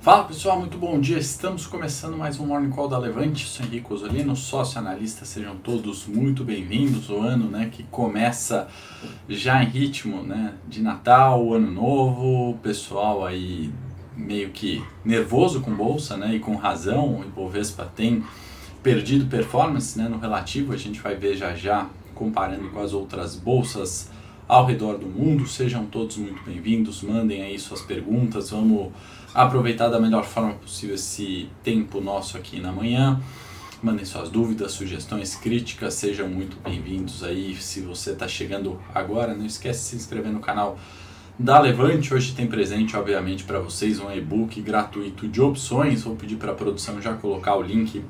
Fala pessoal, muito bom dia. Estamos começando mais um Morning Call da Levante. Sou Henrique Osolino, sócio analista. Sejam todos muito bem-vindos. O ano, que começa já em ritmo, de Natal, Ano Novo. O pessoal aí meio que nervoso com bolsa, e com razão. O Ibovespa tem perdido performance, no relativo. A gente vai ver já comparando com as outras bolsas ao redor do mundo. Sejam todos muito bem-vindos. Mandem aí suas perguntas. Vamos aproveitar da melhor forma possível esse tempo nosso aqui na manhã. Mandem suas dúvidas, sugestões, críticas, sejam muito bem-vindos aí. Se você está chegando agora, não esquece de se inscrever no canal da Levante. Hoje tem presente, obviamente, para vocês um e-book gratuito de opções. Vou pedir para a produção já colocar o link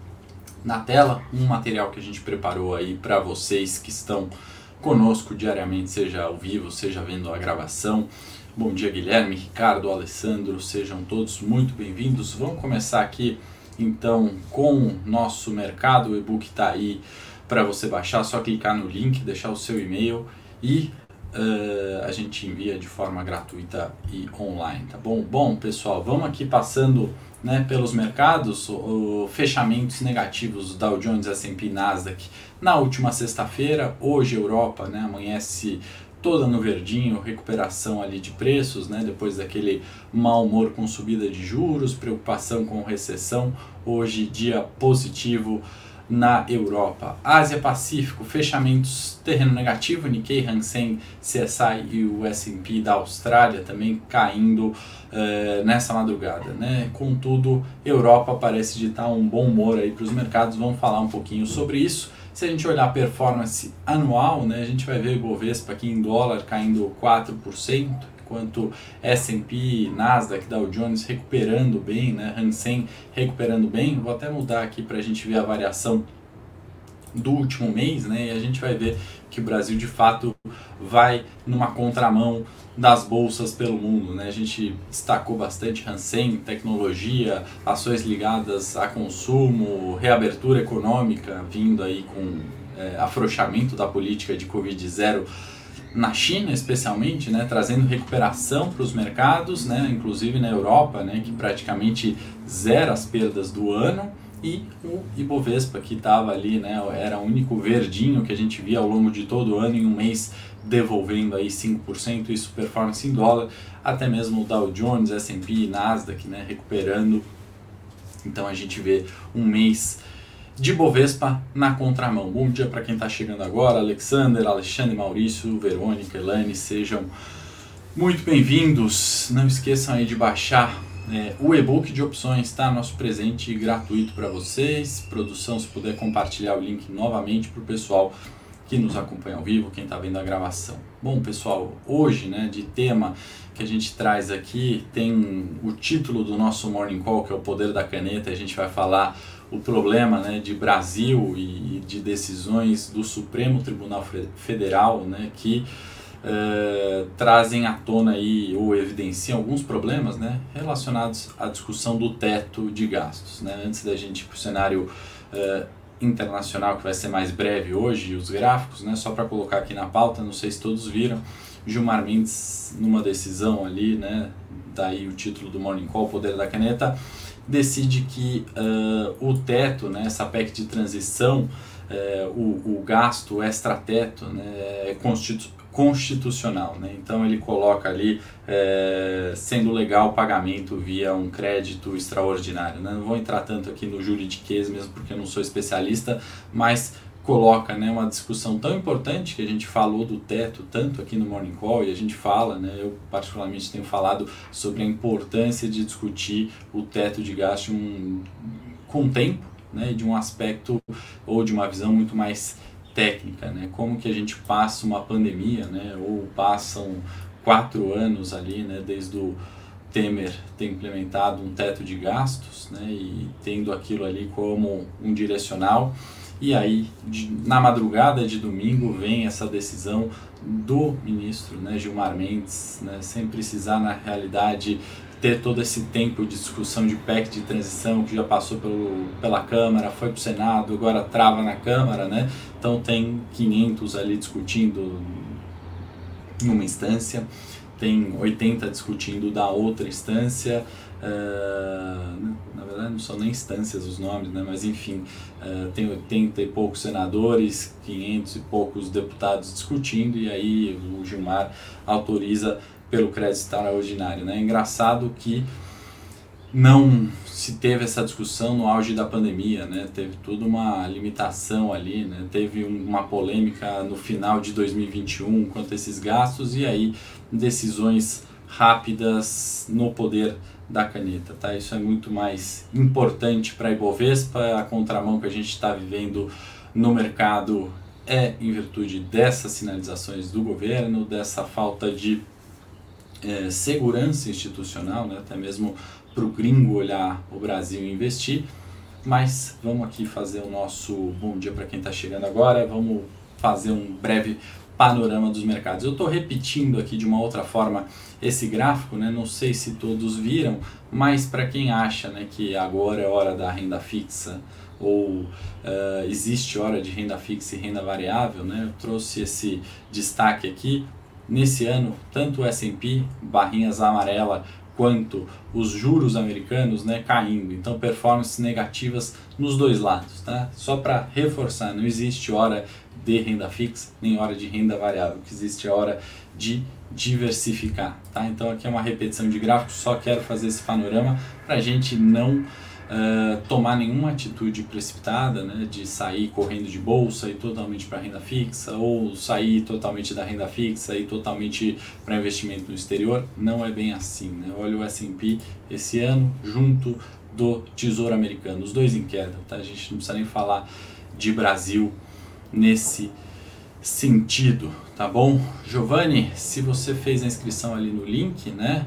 na tela, um material que a gente preparou aí para vocês que estão conosco diariamente, seja ao vivo, seja vendo a gravação. Bom dia, Guilherme, Ricardo, Alessandro, sejam todos muito bem-vindos. Vamos começar aqui então com o nosso mercado. O e-book está aí para você baixar, só clicar no link, deixar o seu e-mail e a gente envia de forma gratuita e online, tá bom? Bom, pessoal, vamos aqui passando pelos mercados. Fechamentos negativos do Dow Jones, S&P e Nasdaq na última sexta-feira. Hoje Europa amanhece toda no verdinho, recuperação ali de preços, depois daquele mau humor com subida de juros, preocupação com recessão. Hoje dia positivo na Europa. Ásia Pacífico, fechamentos terreno negativo, Nikkei, Hang Seng, CSI e o S&P da Austrália também caindo nessa madrugada, Contudo, Europa parece ditar um bom humor aí para os mercados. Vamos falar um pouquinho sobre isso. Se a gente olhar a performance anual, a gente vai ver o Ibovespa aqui em dólar caindo 4%, enquanto S&P, Nasdaq, Dow Jones recuperando bem, Hang Seng recuperando bem. Vou até mudar aqui para a gente ver a variação do último mês, e a gente vai ver que o Brasil de fato vai numa contramão das bolsas pelo mundo, A gente destacou bastante Hang Seng, tecnologia, ações ligadas a consumo, reabertura econômica, vindo aí com afrouxamento da política de Covid-0 na China especialmente, trazendo recuperação para os mercados, inclusive na Europa, que praticamente zera as perdas do ano. E o Ibovespa, que estava ali, era o único verdinho que a gente via ao longo de todo o ano, em um mês devolvendo aí 5%, isso performance em dólar. Até mesmo o Dow Jones, S&P e Nasdaq, recuperando. Então a gente vê um mês de Ibovespa na contramão. Bom dia para quem está chegando agora, Alexandre, Maurício, Verônica, Elane, sejam muito bem-vindos. Não esqueçam aí de baixar o e-book de opções, tá? Nosso presente gratuito para vocês. Produção, se puder compartilhar o link novamente para o pessoal que nos acompanha ao vivo, quem está vendo a gravação. Bom, pessoal, hoje, de tema que a gente traz aqui, tem o título do nosso Morning Call, que é o poder da caneta. A gente vai falar o problema, de Brasil e de decisões do Supremo Tribunal Federal, que trazem à tona aí, ou evidenciam alguns problemas, relacionados à discussão do teto de gastos. Antes da gente ir para o cenário internacional, que vai ser mais breve hoje, os gráficos, só para colocar aqui na pauta, não sei se todos viram, Gilmar Mendes, numa decisão ali, daí o título do Morning Call, Poder da Caneta, decide que o teto, essa PEC de transição, o gasto extra-teto, é constitucional, então ele coloca ali sendo legal o pagamento via um crédito extraordinário, Não vou entrar tanto aqui no juridiquês mesmo porque eu não sou especialista, mas coloca uma discussão tão importante que a gente falou do teto tanto aqui no Morning Call, e a gente fala, eu particularmente tenho falado sobre a importância de discutir o teto de gasto com tempo, de um aspecto ou de uma visão muito mais técnica, como que a gente passa uma pandemia, ou passam 4 anos ali, desde o Temer ter implementado um teto de gastos, e tendo aquilo ali como um direcional, e aí na madrugada de domingo vem essa decisão do ministro, Gilmar Mendes, sem precisar na realidade ter todo esse tempo de discussão de PEC de transição que já passou pela Câmara, foi para o Senado, agora trava na Câmara, Então tem 500 ali discutindo numa instância. tem 80 discutindo da outra instância, na verdade não são nem instâncias os nomes, né? Mas enfim, tem 80 e poucos senadores, 500 e poucos deputados discutindo, e aí o Gilmar autoriza pelo crédito extraordinário, né? É engraçado que não se teve essa discussão no auge da pandemia, né? Teve toda uma limitação ali, né? Teve uma polêmica no final de 2021 quanto a esses gastos, e aí decisões rápidas no poder da caneta, tá? Isso é muito mais importante para a Ibovespa. A contramão que a gente está vivendo no mercado é em virtude dessas sinalizações do governo, dessa falta de segurança institucional, né? Até mesmo para o gringo olhar o Brasil e investir. Mas vamos aqui fazer o nosso bom dia para quem está chegando agora, vamos fazer um breve panorama dos mercados. Eu estou repetindo aqui de uma outra forma esse gráfico, né? Não sei se todos viram, mas para quem acha, né, que agora é hora da renda fixa ou existe hora de renda fixa e renda variável, né? Eu trouxe esse destaque aqui. Nesse ano, tanto o S&P, barrinhas amarela, quanto os juros americanos, né, caindo. Então, performances negativas nos dois lados, tá? Só para reforçar, não existe hora de renda fixa, nem hora de renda variável. O que existe é hora de diversificar, tá? Então, aqui é uma repetição de gráficos, só quero fazer esse panorama para a gente não tomar nenhuma atitude precipitada, né, de sair correndo de bolsa e totalmente para renda fixa, ou sair totalmente da renda fixa e totalmente para investimento no exterior. Não é bem assim, né? Olha o S&P esse ano junto do Tesouro Americano, os dois em queda, tá? A gente não precisa nem falar de Brasil nesse sentido, tá bom? Giovanni, se você fez a inscrição ali no link, né,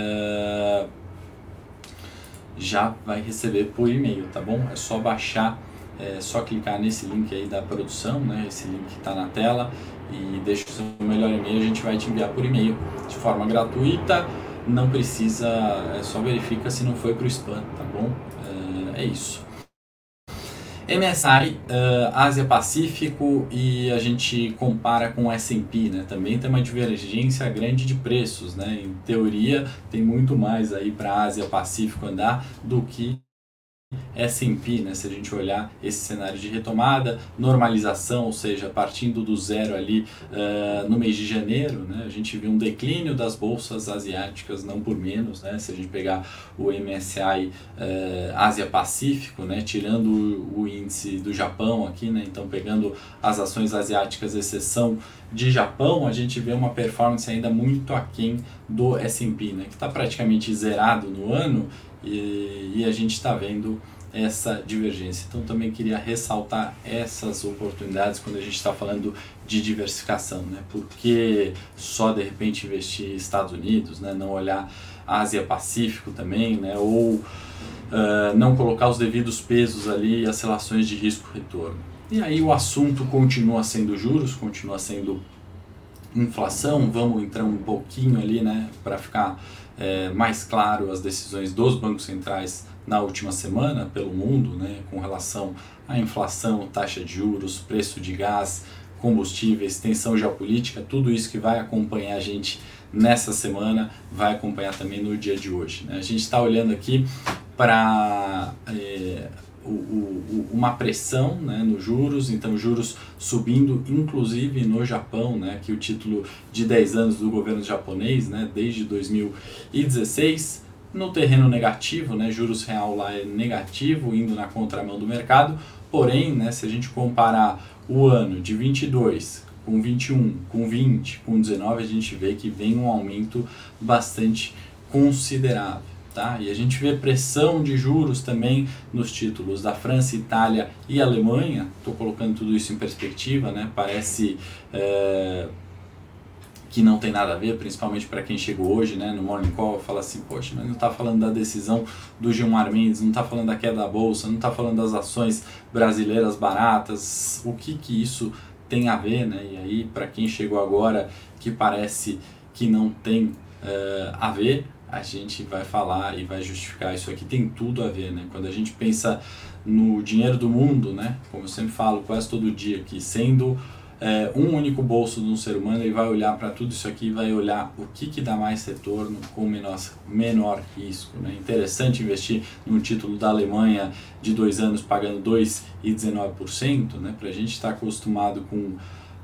já vai receber por e-mail, tá bom? É só baixar, é só clicar nesse link aí da produção, né? Esse link está na tela, e deixa o seu melhor e-mail, a gente vai te enviar por e-mail de forma gratuita. Não precisa, só verifica se não foi para o spam, tá bom? É isso. MSCI, Ásia Pacífico, e a gente compara com o S&P, né? Também tem uma divergência grande de preços, né? Em teoria tem muito mais aí para a Ásia Pacífico andar do que S&P, né? Se a gente olhar esse cenário de retomada, normalização, ou seja, partindo do zero ali no mês de janeiro, né? A gente viu um declínio das bolsas asiáticas, não por menos, né? Se a gente pegar o MSCI Ásia Pacífico, né? Tirando o índice do Japão aqui, né? Então pegando as ações asiáticas, exceção de Japão, a gente vê uma performance ainda muito aquém do S&P, né? Que está praticamente zerado no ano, e a gente está vendo essa divergência. Então também queria ressaltar essas oportunidades quando a gente está falando de diversificação, né? Porque só de repente investir nos Estados Unidos, né? Não olhar Ásia Pacífico também, né? Ou não colocar os devidos pesos ali e as relações de risco-retorno. E aí o assunto continua sendo juros, continua sendo inflação. Vamos entrar um pouquinho ali, né, para ficar mais claro as decisões dos bancos centrais na última semana pelo mundo, né, com relação à inflação, taxa de juros, preço de gás, combustíveis, tensão geopolítica, tudo isso que vai acompanhar a gente nessa semana, vai acompanhar também no dia de hoje, né? A gente está olhando aqui para uma pressão, né, nos juros, então juros subindo inclusive no Japão, né, que o título de 10 anos do governo japonês, né, desde 2016, no terreno negativo, né, juros real lá é negativo, indo na contramão do mercado. Porém, né, se a gente comparar o ano de 22 com 21, com 20, com 19, a gente vê que vem um aumento bastante considerável. Tá? E a gente vê pressão de juros também nos títulos da França, Itália e Alemanha. Estou colocando tudo isso em perspectiva, né? Parece que não tem nada a ver, principalmente para quem chegou hoje, né, no Morning Call, fala assim, poxa, mas não está falando da decisão do Gilmar Mendes, não está falando da queda da Bolsa, não está falando das ações brasileiras baratas, o que isso tem a ver, né? E aí, para quem chegou agora, que parece que não tem a ver, a gente vai falar e vai justificar. Isso aqui tem tudo a ver, né? Quando a gente pensa no dinheiro do mundo, né? Como eu sempre falo quase todo dia aqui, sendo um único bolso de um ser humano, ele vai olhar para tudo isso aqui e vai olhar o que dá mais retorno com menor risco. Né? Interessante investir num título da Alemanha de 2 anos pagando 2,19%, né? Para a gente estar acostumado com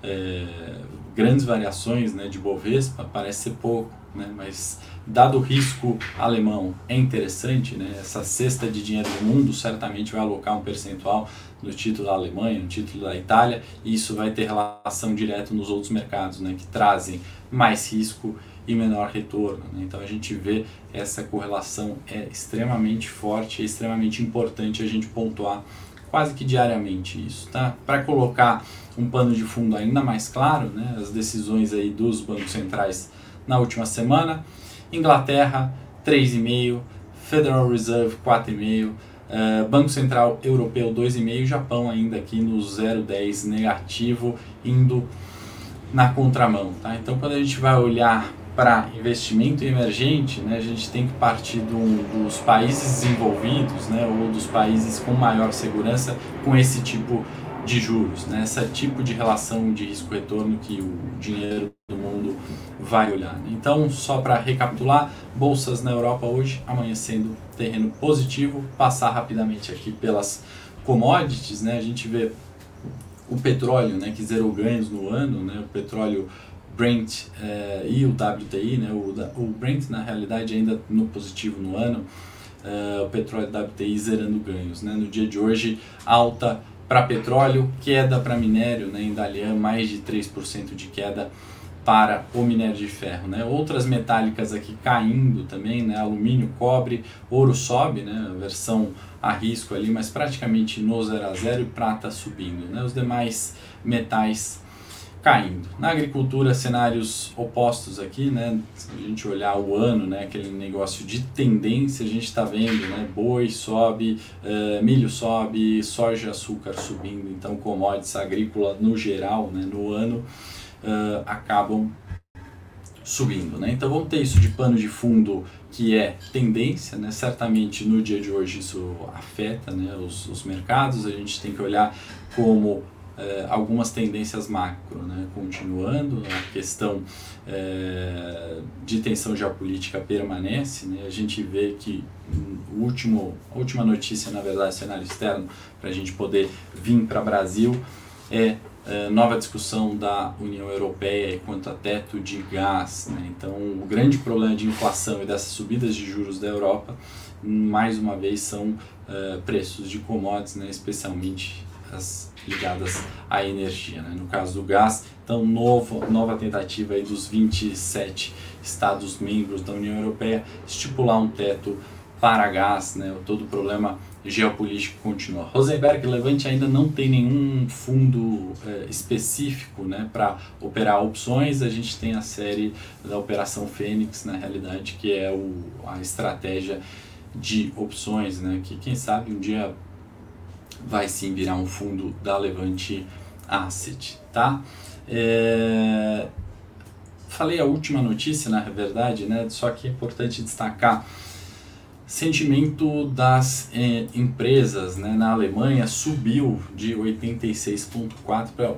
grandes variações, né, de Bovespa, parece ser pouco, né? Mas dado o risco alemão é interessante, né? Essa cesta de dinheiro do mundo certamente vai alocar um percentual no título da Alemanha, no título da Itália, e isso vai ter relação direta nos outros mercados, né, que trazem mais risco e menor retorno. Né? Então a gente vê essa correlação é extremamente forte, é extremamente importante a gente pontuar quase que diariamente isso, tá? Para colocar um pano de fundo ainda mais claro, né, as decisões aí dos bancos centrais na última semana: Inglaterra 3,5%, Federal Reserve 4,5%, Banco Central Europeu 2,5%, Japão ainda aqui no 0,10 negativo, indo na contramão. Tá? Então quando a gente vai olhar para investimento emergente, né, a gente tem que partir dos países desenvolvidos, né, ou dos países com maior segurança com esse tipo de juros, né, esse tipo de relação de risco-retorno que o dinheiro do mundo vai olhar. Né? Então, só para recapitular, bolsas na Europa hoje amanhecendo terreno positivo. Passar rapidamente aqui pelas commodities, né, a gente vê o petróleo, né, que zerou ganhos no ano, né, o petróleo Brent e o WTI, né, o Brent na realidade ainda no positivo no ano, o petróleo WTI zerando ganhos. Né, no dia de hoje, alta para petróleo, queda para minério, né, em Dalian mais de 3% de queda para o minério de ferro. Né. Outras metálicas aqui caindo também, né, alumínio, cobre, ouro sobe, né, a versão a risco ali, mas praticamente no 0 a 0, e prata subindo. Né, os demais metais caindo. Na agricultura, cenários opostos aqui, né? Se a gente olhar o ano, né, aquele negócio de tendência, a gente está vendo, né, boi sobe, milho sobe, soja, açúcar subindo, então commodities agrícola no geral, né, no ano, acabam subindo. Né? Então vamos ter isso de pano de fundo, que é tendência, né? Certamente no dia de hoje isso afeta, né, os mercados. A gente tem que olhar como algumas tendências macro, né, continuando, a questão de tensão geopolítica permanece, né, a gente vê que a última notícia, na verdade, cenário externo, para a gente poder vir para o Brasil, nova discussão da União Europeia quanto a teto de gás. Né, então o grande problema de inflação e dessas subidas de juros da Europa, mais uma vez, são preços de commodities, né, especialmente as ligadas à energia, né? No caso do gás, então nova tentativa aí dos 27 Estados-membros da União Europeia estipular um teto para gás, né? Todo o problema geopolítico continua. Rosenberg Levante ainda não tem nenhum fundo específico, né, para operar opções. A gente tem a série da Operação Fênix, na realidade, que é a estratégia de opções, né, que quem sabe um dia vai sim virar um fundo da Levante Asset, tá? Falei a última notícia, na verdade, né? Só que é importante destacar: sentimento das empresas, né, na Alemanha subiu de 86,4 para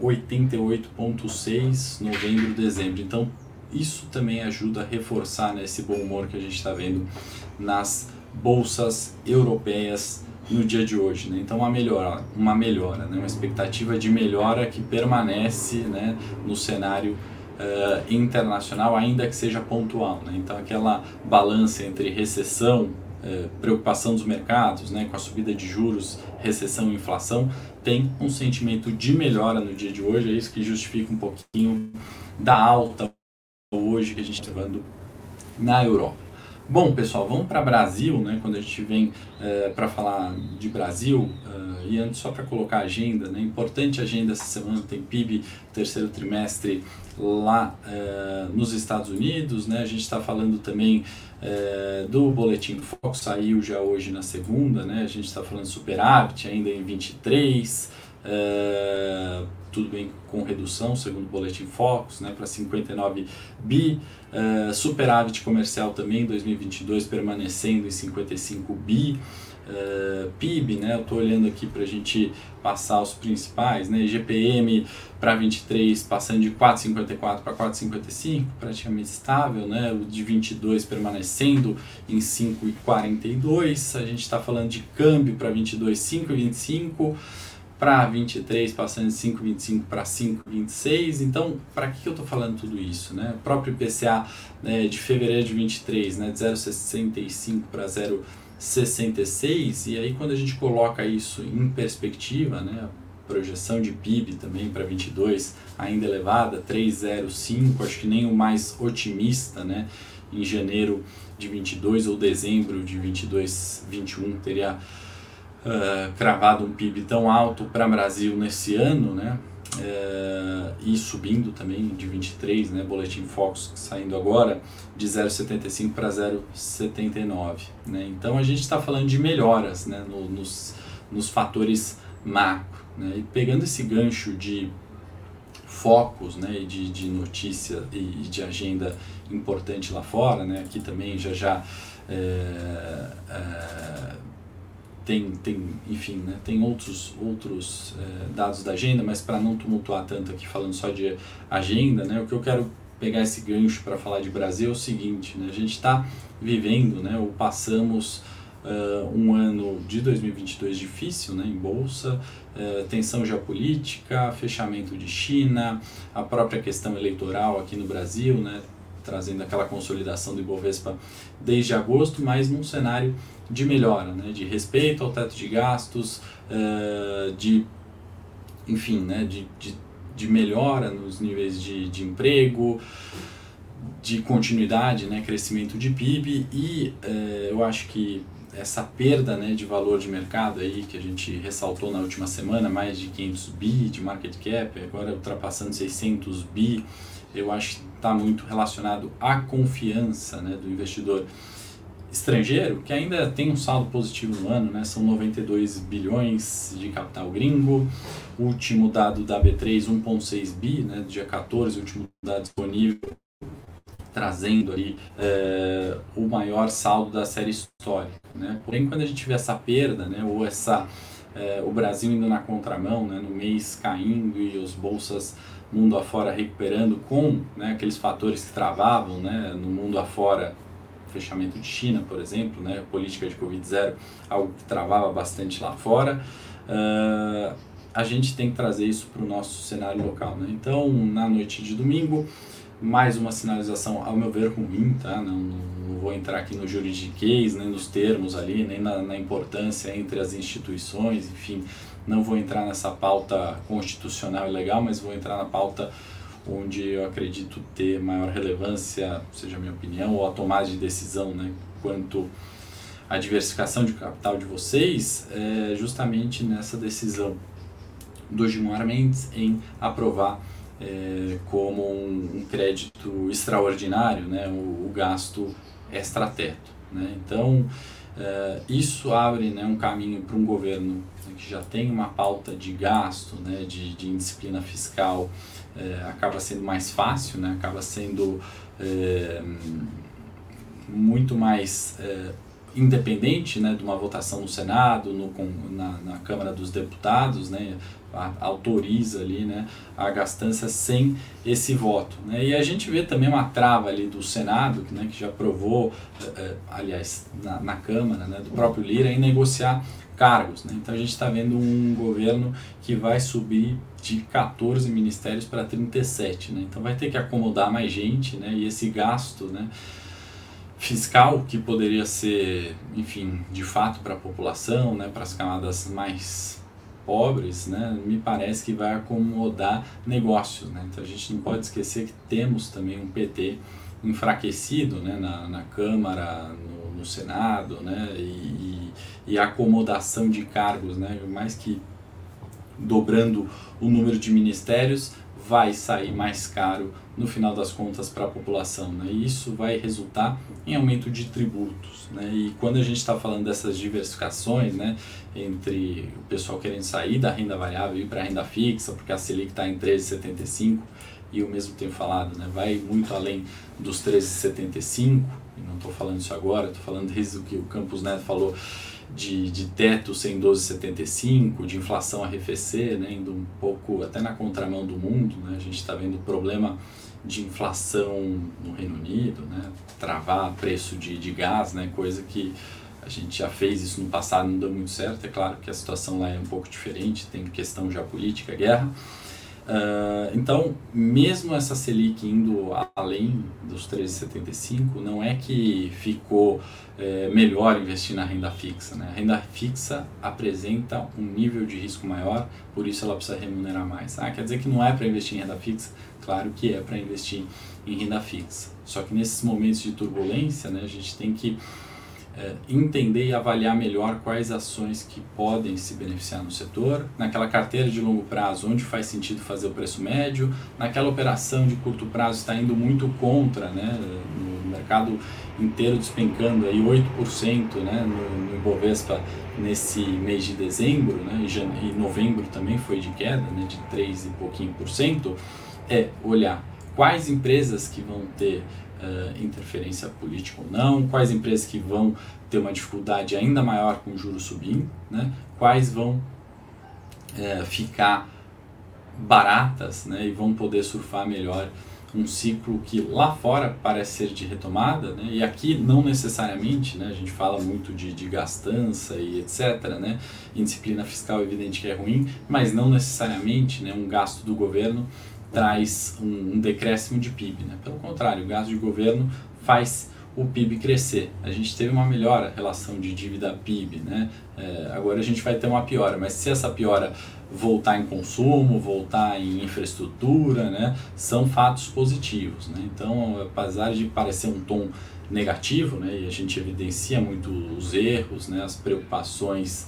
88,6 novembro, dezembro. Então isso também ajuda a reforçar, né, esse bom humor que a gente está vendo nas bolsas europeias no dia de hoje, né? Então uma melhora, né? Uma expectativa de melhora que permanece, né, no cenário internacional, ainda que seja pontual, né? Então aquela balança entre recessão, preocupação dos mercados, né, com a subida de juros, recessão e inflação, tem um sentimento de melhora no dia de hoje. É isso que justifica um pouquinho da alta hoje que a gente está vendo na Europa. Bom, pessoal, vamos para Brasil, né? Quando a gente vem para falar de Brasil, e antes só para colocar a agenda, né? Importante agenda essa semana, tem PIB terceiro trimestre lá nos Estados Unidos, né? A gente está falando também do Boletim Focus, saiu já hoje na segunda, né? A gente está falando de superávit ainda em 23, tudo bem com redução, segundo o Boletim Focus, né, para 59 bi, superávit comercial também em 2022 permanecendo em 55 bi, PIB, né? Eu estou olhando aqui para a gente passar os principais, né? IGPM para 23 passando de 4,54 para 4,55, praticamente estável, né? O de 22 permanecendo em 5,42. A gente está falando de câmbio para 22, 5,25. Para 23 passando de 5,25 para 5,26. Então, para que eu estou falando tudo isso, né? O próprio IPCA, né, de fevereiro de 23, né, de 0,65 para 0,66, e aí quando a gente coloca isso em perspectiva, né, a projeção de PIB também para 22 ainda elevada, 3,05, acho que nem o mais otimista, né, em janeiro de 22 ou dezembro de 22, 21 teria cravado um PIB tão alto para o Brasil nesse ano, né? E subindo também de 23, né? Boletim Focus saindo agora de 0,75 para 0,79, né? Então a gente está falando de melhoras, né? nos fatores macro, né? E pegando esse gancho de focos, né? E de notícia e de agenda importante lá fora, né? Aqui também já enfim, né, tem outros dados da agenda, mas para não tumultuar tanto aqui falando só de agenda, né, o que eu quero pegar esse gancho para falar de Brasil é o seguinte, né, a gente está vivendo, né, ou passamos um ano de 2022 difícil, né, em bolsa, tensão geopolítica, fechamento de China, a própria questão eleitoral aqui no Brasil, né, trazendo aquela consolidação do Ibovespa desde agosto, mas num cenário de melhora, né, de respeito ao teto de gastos, enfim, né, de melhora nos níveis de emprego, de continuidade, né, crescimento de PIB e eu acho que essa perda, né, de valor de mercado aí que a gente ressaltou na última semana, mais de 500 bi de market cap, agora ultrapassando 600 bi, eu acho que está muito relacionado à confiança, né, do investidor estrangeiro, que ainda tem um saldo positivo no ano, né? São 92 bilhões de capital gringo, último dado da B3, 1,6 bi, né, do dia 14, último dado disponível, trazendo ali o maior saldo da série histórica, né? Porém, quando a gente vê essa perda, né, ou o Brasil indo na contramão, né, no mês caindo e os bolsas mundo afora recuperando com, né, aqueles fatores que travavam, né, no mundo afora, fechamento de China, por exemplo, né, política de Covid-0, algo que travava bastante lá fora, a gente tem que trazer isso para o nosso cenário local, né? Então, na noite de domingo, mais uma sinalização, ao meu ver, ruim, tá? Não vou entrar aqui no juridiquês, nem nos termos ali, nem na importância entre as instituições, enfim, não vou entrar nessa pauta constitucional e legal, mas vou entrar na pauta onde eu acredito ter maior relevância, seja a minha opinião, ou a tomada de decisão, né, quanto à diversificação de capital de vocês, justamente nessa decisão do Gilmar Mendes em aprovar como um crédito extraordinário, né, o gasto extrateto, né? Então, isso abre, né, um caminho para um governo, né, que já tem uma pauta de gasto, né, de indisciplina fiscal, acaba sendo mais fácil, né, acaba sendo muito mais independente, né, de uma votação no Senado, na Câmara dos Deputados, né, autoriza ali, né, a gastança sem esse voto, né? E a gente vê também uma trava ali do Senado, né, que já aprovou, aliás, na Câmara, né, do próprio Lira, em negociar cargos, né? Então a gente está vendo um governo que vai subir de 14 ministérios para 37, né? Então vai ter que acomodar mais gente, né? E esse gasto, né, fiscal, que poderia ser, enfim, de fato para a população, né, para as camadas mais pobres, né, me parece que vai acomodar negócios, né? Então a gente não pode esquecer que temos também um PT enfraquecido, né, na Câmara, no Senado, né, e a acomodação de cargos, né, mais que dobrando o número de ministérios, vai sair mais caro no final das contas para a população, né? E isso vai resultar em aumento de tributos, né? E quando a gente está falando dessas diversificações, né, entre o pessoal querendo sair da renda variável e ir para a renda fixa, porque a Selic está em 13,75 e eu mesmo tenho falado, né, vai muito além dos 13,75, e não estou falando isso agora, estou falando desde o que o Campos Neto falou de teto sem 12,75, de inflação arrefecer, né, indo um pouco até na contramão do mundo, né, a gente está vendo problema de inflação no Reino Unido, né, travar preço de gás, né, coisa que a gente já fez isso no passado, não deu muito certo. É claro que a situação lá é um pouco diferente, tem questão geopolítica, guerra. Então, mesmo essa Selic indo além dos 13,75, não é que ficou melhor investir na renda fixa, né? A renda fixa apresenta um nível de risco maior, por isso ela precisa remunerar mais. Quer dizer que não é para investir em renda fixa? Claro que é para investir em renda fixa. Só que nesses momentos de turbulência, né, a gente tem que entender e avaliar melhor quais ações que podem se beneficiar no setor, naquela carteira de longo prazo onde faz sentido fazer o preço médio, naquela operação de curto prazo está indo muito contra, né, no mercado inteiro despencando aí 8%, né, no Ibovespa nesse mês de dezembro, né, e novembro também foi de queda, né, de 3 e pouquinho por cento, olhar quais empresas que vão ter interferência política ou não, quais empresas que vão ter uma dificuldade ainda maior com o juros subindo, né? Quais vão ficar baratas, né? E vão poder surfar melhor um ciclo que lá fora parece ser de retomada, né? E aqui não necessariamente, né? A gente fala muito de gastança e etc, né? Indisciplina fiscal é evidente que é ruim, mas não necessariamente, né, um gasto do governo traz um decréscimo de PIB, né? Pelo contrário, o gasto de governo faz o PIB crescer. A gente teve uma melhora relação de dívida PIB, né? Agora a gente vai ter uma piora, mas se essa piora voltar em consumo, voltar em infraestrutura, né, são fatos positivos, né? Então, apesar de parecer um tom negativo, né, e a gente evidencia muito os erros, né, as preocupações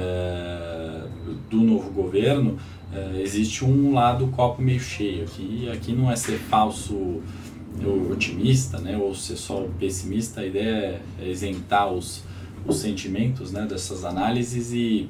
do novo governo, existe um lado copo meio cheio aqui, e aqui não é ser falso otimista, né, ou ser só pessimista. A ideia é isentar os sentimentos, né, dessas análises e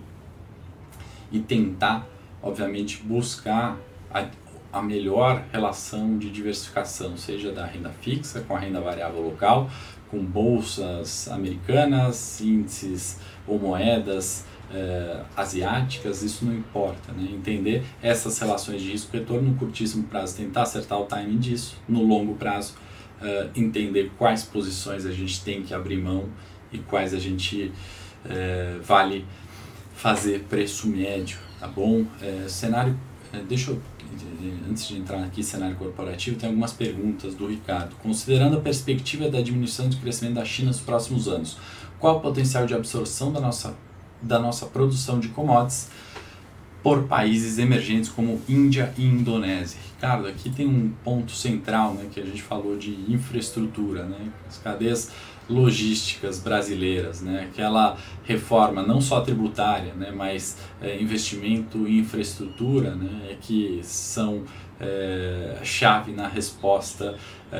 tentar, obviamente, buscar a melhor relação de diversificação, seja da renda fixa com a renda variável local, com bolsas americanas, índices ou moedas asiáticas, isso não importa, né? Entender essas relações de risco-retorno no curtíssimo prazo, tentar acertar o timing disso, no longo prazo, entender quais posições a gente tem que abrir mão e quais a gente vale fazer preço médio, tá bom? Cenário, deixa eu, antes de entrar aqui, cenário corporativo, tem algumas perguntas do Ricardo. Considerando a perspectiva da diminuição do crescimento da China nos próximos anos, qual o potencial de absorção da nossa produção de commodities por países emergentes como Índia e Indonésia? Ricardo, aqui tem um ponto central, né, que a gente falou de infraestrutura, né, as cadeias logísticas brasileiras, né, aquela reforma não só tributária, né, mas investimento em infraestrutura, né, que são chave na resposta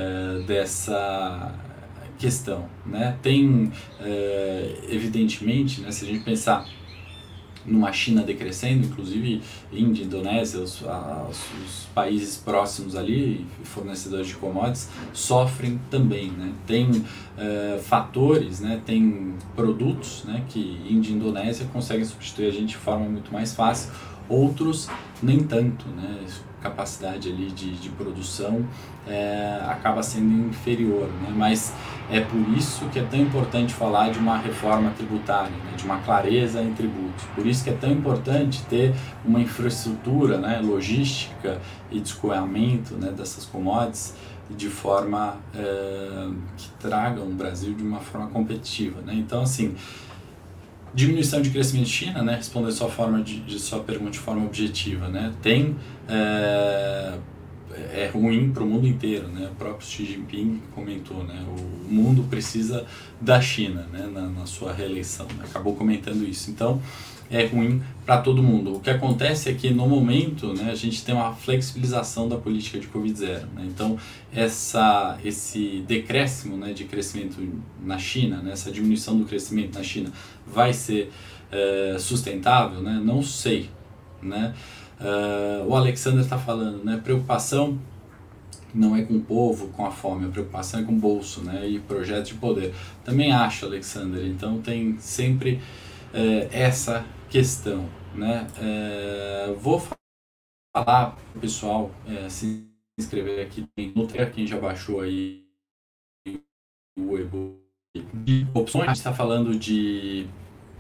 dessa questão, né? Tem evidentemente, né, se a gente pensar numa China decrescendo, inclusive Índia, Indonésia, os países próximos ali, fornecedores de commodities, sofrem também, né? Tem fatores, né? Tem produtos, né, que Índia e Indonésia conseguem substituir a gente de forma muito mais fácil, outros nem tanto, né? Capacidade ali de produção acaba sendo inferior, né? Mas é por isso que é tão importante falar de uma reforma tributária, né? De uma clareza em tributos. Por isso que é tão importante ter uma infraestrutura, né, logística e de escoamento, né, dessas commodities de forma que tragam o Brasil de uma forma competitiva, né? Então, assim, diminuição de crescimento de China, né, respondendo sua pergunta de forma objetiva, né, é ruim para o mundo inteiro, né, o próprio Xi Jinping comentou, né, o mundo precisa da China, né, na sua reeleição, né, acabou comentando isso. Então, é ruim para todo mundo. O que acontece é que no momento, né, a gente tem uma flexibilização da política de Covid-0, né? Então esse decréscimo, né, de crescimento na China, né, essa diminuição do crescimento na China vai ser sustentável, né? Não sei, né? O Alexander está falando, né, preocupação não é com o povo, com a fome, a preocupação é com o bolso, né, e projetos de poder. Também acho, Alexander, então tem sempre essa questão, né? Vou falar pro pessoal se inscrever aqui no Telegram, quem já baixou aí o e-book de opções. A gente está falando de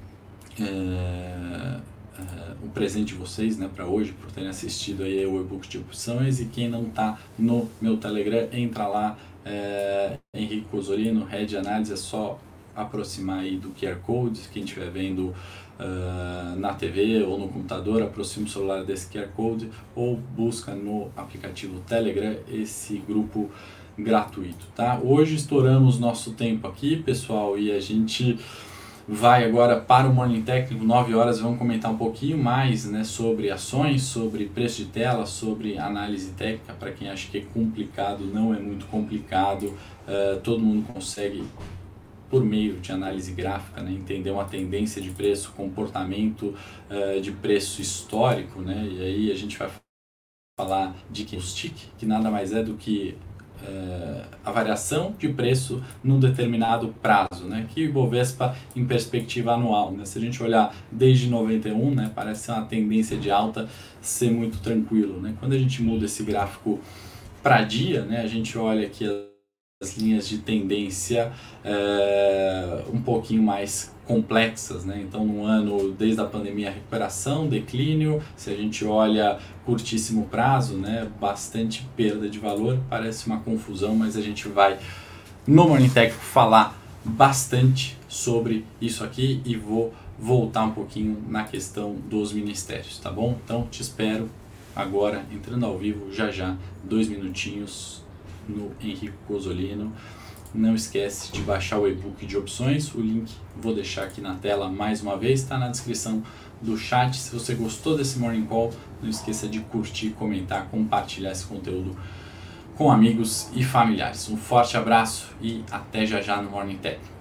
o presente de vocês, né, para hoje, por terem assistido aí o e-book de opções. E quem não está no meu Telegram, entra lá, Henrique Cozzolino, Head Análise, é só aproximar aí do QR Code. Quem estiver vendo na TV ou no computador, aproxima o celular desse QR Code ou busca no aplicativo Telegram esse grupo gratuito, tá? Hoje estouramos nosso tempo aqui, pessoal, e a gente vai agora para o Morning Técnico, 9 horas, vamos comentar um pouquinho mais, né, sobre ações, sobre preço de tela, sobre análise técnica. Para quem acha que é complicado, não é muito complicado, todo mundo consegue, por meio de análise gráfica, né, entender uma tendência de preço, comportamento de preço histórico, né, e aí a gente vai falar de candlestick, que nada mais é do que a variação de preço num determinado prazo, né? Que o Ibovespa em perspectiva anual, né? Se a gente olhar desde 91, né, parece ser uma tendência de alta, ser muito tranquilo, né? Quando a gente muda esse gráfico para dia, né, a gente olha aqui as linhas de tendência um pouquinho mais complexas, né? Então, no ano, desde a pandemia, recuperação, declínio. Se a gente olha curtíssimo prazo, né, bastante perda de valor, parece uma confusão, mas a gente vai no Morning Técnico falar bastante sobre isso aqui e vou voltar um pouquinho na questão dos ministérios, tá bom? Então, te espero agora, entrando ao vivo, já, 2 minutinhos no Henrique Cozzolino. Não esquece de baixar o e-book de opções, o link vou deixar aqui na tela mais uma vez, está na descrição do chat. Se você gostou desse Morning Call, não esqueça de curtir, comentar, compartilhar esse conteúdo com amigos e familiares. Um forte abraço e até já no Morning Técnico.